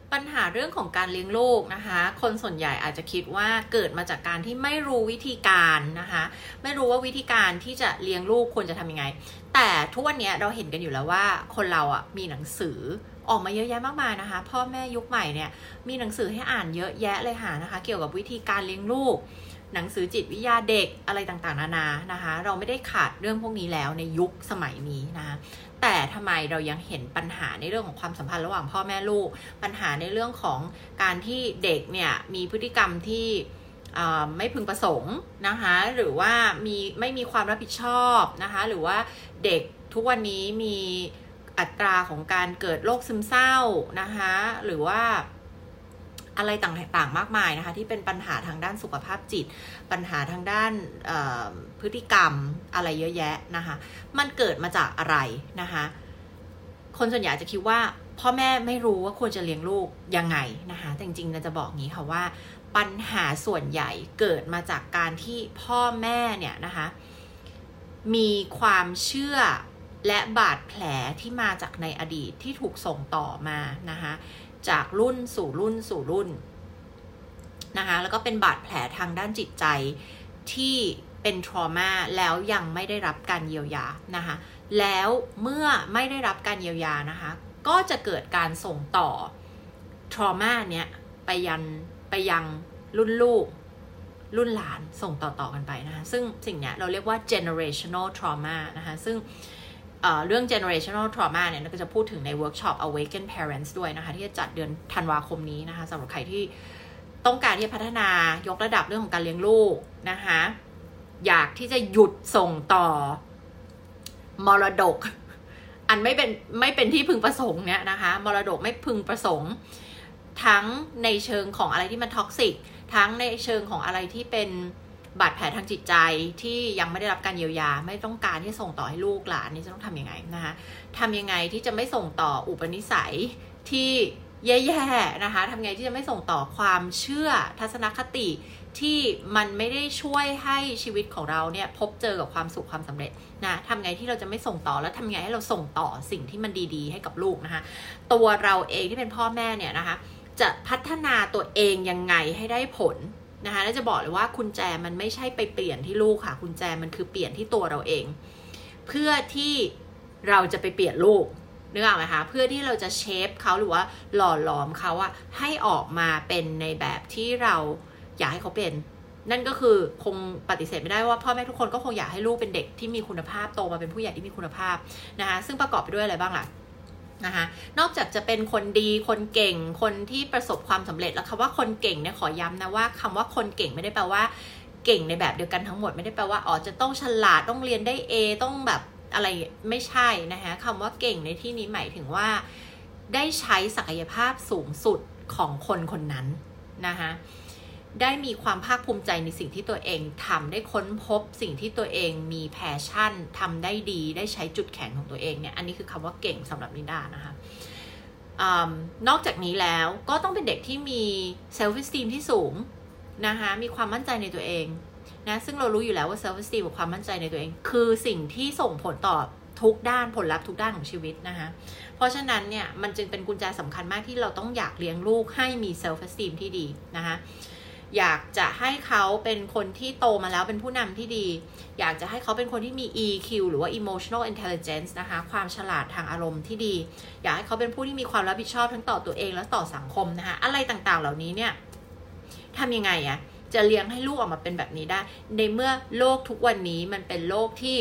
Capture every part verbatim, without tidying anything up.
ปัญหาเรื่องของการเลี้ยงลูกนะคะคนส่วนใหญ่อาจจะคิดว่าเกิดมาจากการที่ไม่รู้วิธีการนะคะไม่รู้ว่าวิธีการที่จะเลี้ยงลูกควรจะทำยังไงแต่ทุกวันนี้เราเห็นกันอยู่แล้วว่าคนเราอ่ะมีหนังสือออกมาเยอะแยะมากมายนะคะพ่อแม่ยุคใหม่เนี่ยมีหนังสือให้อ่านเยอะแยะเลยค่ะนะคะเกี่ยวกับวิธีการเลี้ยงลูกหนังสือจิตวิทยาเด็กอะไรต่างๆนานานะคะเราไม่ได้ขาดเรื่องพวกนี้แล้วในยุคสมัยนี้นะคะแต่ทำไมเรายังเห็นปัญหาในเรื่องของความสัมพันธ์ระหว่างพ่อแม่ลูกปัญหาในเรื่องของการที่เด็กเนี่ยมีพฤติกรรมที่ไม่พึงประสงค์นะคะหรือว่ามีไม่มีความรับผิดชอบนะคะหรือว่าเด็กทุกวันนี้มีอัตราของการเกิดโรคซึมเศร้านะคะหรือว่าอะไรต่างๆมากมายนะคะที่เป็นปัญหาทางด้านสุขภาพจิตปัญหาทางด้านพฤติกรรมอะไรเยอะแยะนะคะมันเกิดมาจากอะไรนะคะคนส่วนใหญ่จะคิดว่าพ่อแม่ไม่รู้ว่าควรจะเลี้ยงลูกยังไงนะคะแต่จริงๆเราจะบอกงี้ค่ะว่าปัญหาส่วนใหญ่เกิดมาจากการที่พ่อแม่เนี่ยนะคะมีความเชื่อและบาดแผลที่มาจากในอดีตที่ถูกส่งต่อมานะคะจากรุ่นสู่รุ่นสู่รุ่นนะคะแล้วก็เป็นบาดแผลทางด้านจิตใจที่เป็นทรมาแล้วยังไม่ได้รับการเยียวยานะคะแล้วเมื่อไม่ได้รับการเยียวยานะคะก็จะเกิดการส่งต่อทรมาเนี้ยไปยันไปยังรุ่นลูกรุ่นหลานส่งต่อๆกันไปนะคะซึ่งสิ่งเนี้ยเราเรียกว่า generational trauma นะคะซึ่งเอ่อเรื่อง generational trauma เนี่ยเราก็จะพูดถึงในเวิร์กช็อป Awaken Parents ด้วยนะคะที่จะจัดเดือนธันวาคมนี้นะคะสำหรับใครที่ต้องการที่จะพัฒนายกระดับเรื่องของการเลี้ยงลูกนะคะอยากที่จะหยุดส่งต่อมรดกอันไม่เป็นไม่เป็นที่พึงประสงค์เนี่ยนะคะมรดกไม่พึงประสงค์ทั้งในเชิงของอะไรที่มันท็อกซิกทั้งในเชิงของอะไรที่เป็นบาดแผลทางจิตใจที่ยังไม่ได้รับการเยียวยาไม่ต้องการที่ส่งต่อให้ลูกหลานนี่จะต้องทำยังไงนะคะทำยังไงที่จะไม่ส่งต่ออุปนิสัยที่แย่ๆนะคะทำไงที่จะไม่ส่งต่อความเชื่อทัศนคติที่มันไม่ได้ช่วยให้ชีวิตของเราเนี่ยพบเจอกับความสุขความสำเร็จนะทำไงที่เราจะไม่ส่งต่อแล้วทำไงให้เราส่งต่อสิ่งที่มันดีๆให้กับลูกนะคะตัวเราเองที่เป็นพ่อแม่เนี่ยนะคะจะพัฒนาตัวเองยังไงให้ได้ผลนะคะแล้วจะบอกเลยว่ากุญแจมันไม่ใช่ไปเปลี่ยนที่ลูกค่ะกุญแจมันคือเปลี่ยนที่ตัวเราเองเพื่อที่เราจะไปเปลี่ยนลูกนึกออกไหมคะเพื่อที่เราจะเชฟเขาหรือว่าหล่อหลอมเขาอะให้ออกมาเป็นในแบบที่เราอยากให้เขาเป็นนั่นก็คือคงปฏิเสธไม่ได้ว่าพ่อแม่ทุกคนก็คงอยากให้ลูกเป็นเด็กที่มีคุณภาพโตมาเป็นผู้ใหญ่ที่มีคุณภาพนะคะซึ่งประกอบไปด้วยอะไรบ้างล่ะนะคะนอกจากจะเป็นคนดีคนเก่งคนที่ประสบความสำเร็จแล้วคำว่าคนเก่งเนี่ยขอย้ำนะว่าคำว่าคนเก่งไม่ได้แปลว่าเก่งในแบบเดียวกันทั้งหมดไม่ได้แปลว่าอ๋อจะต้องฉลาดต้องเรียนได้ A ต้องแบบอะไรไม่ใช่นะคะคำว่าเก่งในที่นี้หมายถึงว่าได้ใช้ศักยภาพสูงสุดของคนคนนั้นนะคะได้มีความภาคภูมิใจในสิ่งที่ตัวเองทำได้ค้นพบสิ่งที่ตัวเองมีแพชชั่นทำได้ดีได้ใช้จุดแข็งของตัวเองเนี่ยอันนี้คือคำว่าเก่งสำหรับนิดานะคะนอกจากนี้แล้วก็ต้องเป็นเด็กที่มีเซลฟ์เอสตีมที่สูงนะคะมีความมั่นใจในตัวเองนะซึ่งเรารู้อยู่แล้วว่าเซลฟ์เอสตีมกับความมั่นใจในตัวเองคือสิ่งที่ส่งผลต่อทุกด้านผลลัพธ์ทุกด้านของชีวิตนะคะเพราะฉะนั้นเนี่ยมันจึงเป็นกุญแจสำคัญมากที่เราต้องอยากเลี้ยงลูกให้มีเซลฟ์เอสตีมที่ดีนะคะอยากจะให้เขาเป็นคนที่โตมาแล้วเป็นผู้นำที่ดีอยากจะให้เขาเป็นคนที่มี อี คิว หรือว่า emotional intelligence นะคะความฉลาดทางอารมณ์ที่ดีอยากให้เขาเป็นผู้ที่มีความรับผิดชอบทั้งต่อตัวเองและต่อสังคมนะคะอะไรต่างๆเหล่านี้เนี่ยทำยังไงอะจะเลี้ยงให้ลูกออกมาเป็นแบบนี้ได้ในเมื่อโลกทุกวันนี้มันเป็นโลกที่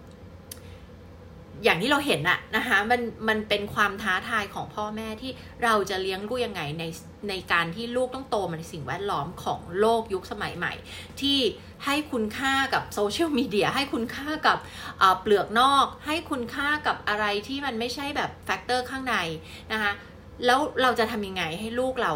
อย่างที่เราเห็นอะนะคะมันมันเป็นความท้าทายของพ่อแม่ที่เราจะเลี้ยงลูกยังไงในในการที่ลูกต้องโตมาในสิ่งแวดล้อมของโลกยุคสมัยใหม่ที่ให้คุณค่ากับโซเชียลมีเดียให้คุณค่ากับเปลือกนอกให้คุณค่ากับอะไรที่มันไม่ใช่แบบแฟกเตอร์ข้างในนะคะแล้วเราจะทำยังไงให้ลูกเราอะ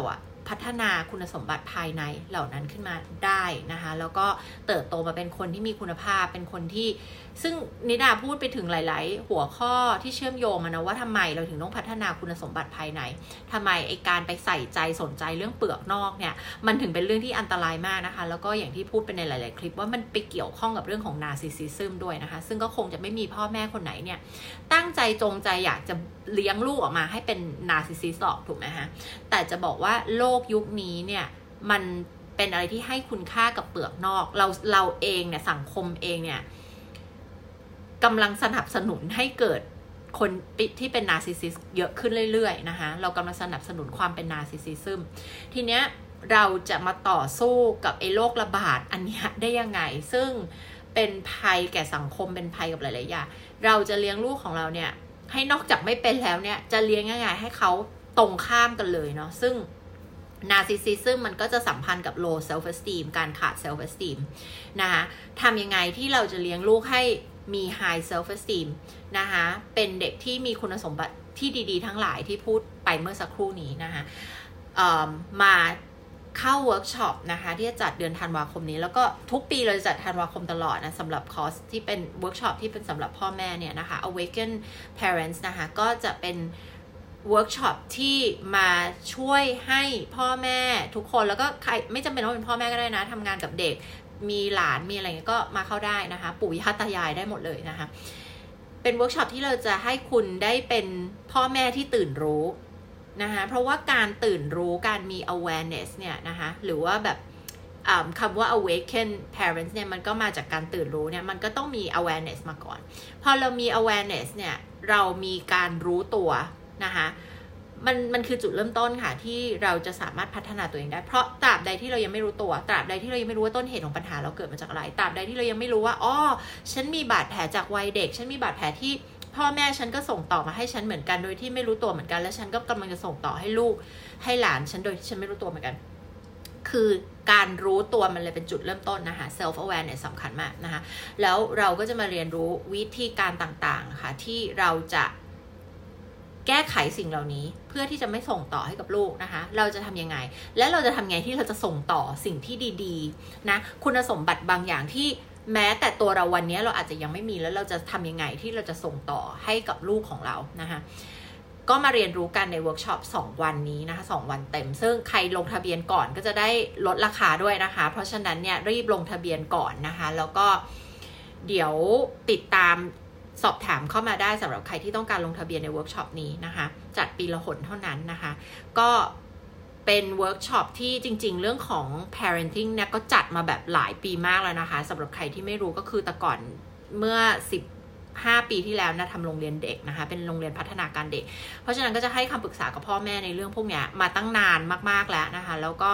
พัฒนาคุณสมบัติภายในเหล่านั้นขึ้นมาได้นะคะแล้วก็เติบโตมาเป็นคนที่มีคุณภาพเป็นคนที่ซึ่งนิดาพูดไปถึงหลายๆหัวข้อที่เชื่อมโยงมานะว่าทำไมเราถึงต้องพัฒนาคุณสมบัติภายในทำไมไอการไปใส่ใจสนใจเรื่องเปลือกนอกเนี่ยมันถึงเป็นเรื่องที่อันตรายมากนะคะแล้วก็อย่างที่พูดไปในหลายๆคลิปว่ามันไปเกี่ยวข้องกับเรื่องของนาร์ซิสซิซึมด้วยนะคะซึ่งก็คงจะไม่มีพ่อแม่คนไหนเนี่ยตั้งใจจงใจอยากจะเลี้ยงลูกออกมาให้เป็นนาร์ซิสซิสหรอกถูกไหมฮะแต่จะบอกว่าโลกยุคนี้เนี่ยมันเป็นอะไรที่ให้คุณค่ากับเปลือกนอกเราเราเองเนี่ยสังคมเองเนี่ยกำลังสนับสนุนให้เกิดคนที่เป็นนาร์ซิสซิสเยอะขึ้นเรื่อยๆนะคะเรากำลังสนับสนุนความเป็นนาร์ซิสซิซึมทีเนี้ยเราจะมาต่อสู้กับไอ้โรคระบาดอันนี้ได้ยังไงซึ่งเป็นภัยแก่สังคมเป็นภัยกับหลายๆอย่างเราจะเลี้ยงลูกของเราเนี่ยให้นอกจากไม่เป็นแล้วเนี่ยจะเลี้ยงยังไงให้เขาตรงข้ามกันเลยเนาะซึ่งนาร์ซิสซิซึมมันก็จะสัมพันธ์กับ low self esteem การขาด self esteem นะคะทำยังไงที่เราจะเลี้ยงลูกให้มี high self esteem นะคะเป็นเด็กที่มีคุณสมบัติที่ดีๆทั้งหลายที่พูดไปเมื่อสักครู่นี้นะคะมาเข้าเวิร์กช็อปนะคะที่จะจัดเดือนธันวาคมนี้แล้วก็ทุกปีเราจะจัดธันวาคมตลอดนะสำหรับคอร์สที่เป็นเวิร์กช็อปที่เป็นสำหรับพ่อแม่เนี่ยนะคะ Awaken Parents นะคะก็จะเป็นเวิร์กช็อปที่มาช่วยให้พ่อแม่ทุกคนแล้วก็ใครไม่จำเป็นต้องเป็นพ่อแม่ก็ได้นะทำงานกับเด็กมีหลานมีอะไรก็มาเข้าได้นะคะปู่ย่าตายายได้หมดเลยนะคะเป็นเวิร์กช็อปที่เราจะให้คุณได้เป็นพ่อแม่ที่ตื่นรู้นะคะเพราะว่าการตื่นรู้การมี awareness เนี่ยนะคะหรือว่าแบบคำว่า awaken parents เนี่ยมันก็มาจากการตื่นรู้เนี่ยมันก็ต้องมี awareness มาก่อนพอเรามี awareness เนี่ยเรามีการรู้ตัวนะคะมันมันคือจุดเริ่มต้นค่ะที่เราจะสามารถพัฒนาตัวเองได้เพราะตราบใดที่เรายังไม่รู้ตัวตราบใดที่เรายังไม่รู้ว่าต้นเหตุของปัญหาเราเกิดมาจากอะไรตราบใดที่เรายังไม่รู้ว่าอ๋อฉันมีบาดแผลจากวัยเด็กฉันมีบาดแผลที่พ่อแม่ฉันก็ส่งต่อมาให้ฉันเหมือนกันโดยที่ไม่รู้ตัวเหมือนกันและฉันก็กำลังจะส่งต่อให้ลูกให้หลานฉันโดยที่ฉันไม่รู้ตัวเหมือนกันคือการรู้ตัวมันเลยเป็นจุดเริ่มต้นนะคะ self awareness สำคัญมากนะคะแล้วเราก็จะมาเรียนรู้วิธีการต่างๆค่ะที่เราจะแก้ไขสิ่งเหล่านี้เพื่อที่จะไม่ส่งต่อให้กับลูกนะคะเราจะทำยังไงและเราจะทำยังไงที่เราจะส่งต่อสิ่งที่ดีๆนะคุณสมบัติบางอย่างที่แม้แต่ตัวเราวันนี้เราอาจจะยังไม่มีแล้วเราจะทำยังไงที่เราจะส่งต่อให้กับลูกของเรานะคะก็มาเรียนรู้กันในเวิร์กช็อปสองวันนี้นะคะสองวันเต็มซึ่งใครลงทะเบียนก่อนก็จะได้ลดราคาด้วยนะคะเพราะฉะนั้นเนี่ยรีบลงทะเบียนก่อนนะคะแล้วก็เดี๋ยวติดตามสอบถามเข้ามาได้สำหรับใครที่ต้องการลงทะเบียนในเวิร์กช็อปนี้นะคะจัดปีละหนเท่านั้นนะคะก็เป็นเวิร์กช็อปที่จริงๆเรื่องของ parenting เนี่ยก็จัดมาแบบหลายปีมากแล้วนะคะสำหรับใครที่ไม่รู้ก็คือแต่ก่อนเมื่อสิบห้าปีที่แล้วนะทำโรงเรียนเด็กนะคะเป็นโรงเรียนพัฒนาการเด็กเพราะฉะนั้นก็จะให้คำปรึกษากับพ่อแม่ในเรื่องพวกนี้มาตั้งนานมากๆแล้วนะคะแล้วก็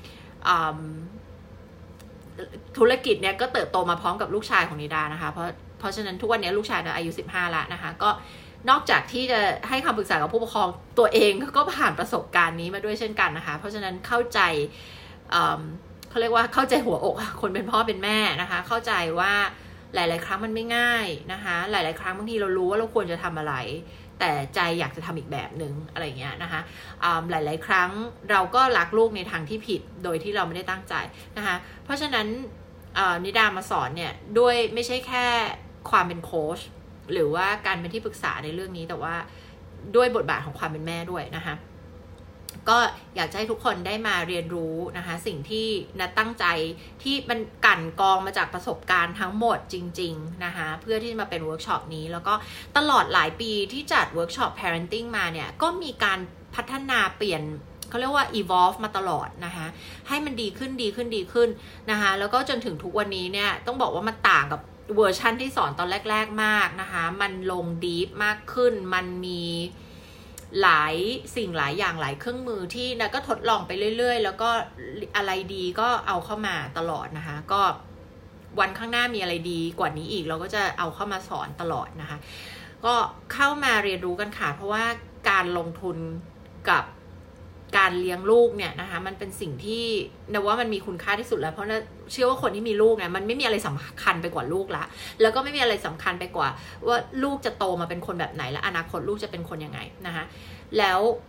ธุรกิจเนี่ยก็เติบโตมาพร้อมกับลูกชายของนิดานะคะเพราะเพราะฉะนั้นทุกวันนี้ลูกชายอายุสิบห้าแล้วนะคะก็นอกจากที่จะให้คำปรึกษากับผู้ปกครองตัวเองก็ผ่านประสบการณ์นี้มาด้วยเช่นกันนะคะเพราะฉะนั้นเข้าใจเขาเรียกว่าเข้าใจหัวอกคนเป็นพ่อเป็นแม่นะคะเข้าใจว่าหลายๆครั้งมันไม่ง่ายนะคะหลายๆครั้งบางทีเรารู้ว่าเราควรจะทำอะไรแต่ใจอยากจะทำอีกแบบหนึ่งอะไรเงี้ยนะคะหลายๆครั้งเราก็รักลูกในทางที่ผิดโดยที่เราไม่ได้ตั้งใจนะคะเพราะฉะนั้นนิดามาสอนเนี่ยด้วยไม่ใช่แค่ความเป็นโค้ชหรือว่าการเป็นที่ปรึกษาในเรื่องนี้แต่ว่าด้วยบทบาทของความเป็นแม่ด้วยนะคะก็อยากให้ทุกคนได้มาเรียนรู้นะคะสิ่งที่นัดตั้งใจที่มันกั่นกองมาจากประสบการณ์ทั้งหมดจริงๆนะคะเพื่อที่จะมาเป็นเวิร์กช็อปนี้แล้วก็ตลอดหลายปีที่จัดเวิร์กช็อป parenting มาเนี่ยก็มีการพัฒนาเปลี่ยนเขาเรียกว่า evolve มาตลอดนะคะให้มันดีขึ้นดีขึ้นดีขึ้นนะคะแล้วก็จนถึงทุกวันนี้เนี่ยต้องบอกว่ามันต่างกับเวอร์ชันที่สอนตอนแรกๆมากนะคะมันลงดีฟมากขึ้นมันมีหลายสิ่งหลายอย่างหลายเครื่องมือที่นะก็ทดลองไปเรื่อยๆแล้วก็อะไรดีก็เอาเข้ามาตลอดนะคะก็วันข้างหน้ามีอะไรดีกว่านี้อีกเราก็จะเอาเข้ามาสอนตลอดนะคะก็เข้ามาเรียนรู้กันค่ะเพราะว่าการลงทุนกับการเลี้ยงลูกเนี่ยนะคะมันเป็นสิ่งที่นะว่ามันมีคุณค่าที่สุดแล้วเพราะนะเชื่อว่าคนที่มีลูกเนี่ยมันไม่มีอะไรสำคัญไปกว่าลูกละแล้วก็ไม่มีอะไรสำคัญไปกว่าว่าลูกจะโตมาเป็นคนแบบไหนและอนาคตลูกจะเป็นคนยังไงนะคะแล้ว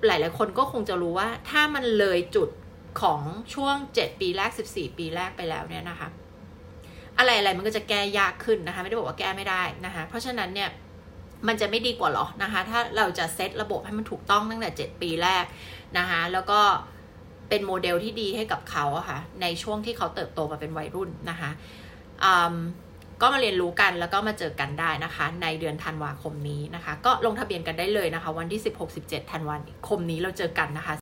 หลายๆคนก็คงจะรู้ว่าถ้ามันเลยจุดของช่วงเจ็ดปีแรกสิบสี่ปีแรกไปแล้วเนี่ยนะคะอะไรอะไรมันก็จะแก้ยากขึ้นนะคะไม่ได้บอกว่าแก้ไม่ได้นะคะเพราะฉะนั้นเนี่ยมันจะไม่ดีกว่าหรอนะคะถ้าเราจะเซตระบบให้มันถูกต้องตั้งแต่เจ็ดปีแรกนะคะแล้วก็เป็นโมเดลที่ดีให้กับเขาอะค่ะในช่วงที่เขาเติบโตมาเป็นวัยรุ่นนะคะก็มาเรียนรู้กันแล้วก็มาเจอกันได้นะคะในเดือนธันวาคมนี้นะคะก็ลงทะเบียนกันได้เลยนะคะวันที่สิบหก สิบเจ็ดธันวาคมนี้เราเจอกันนะคะ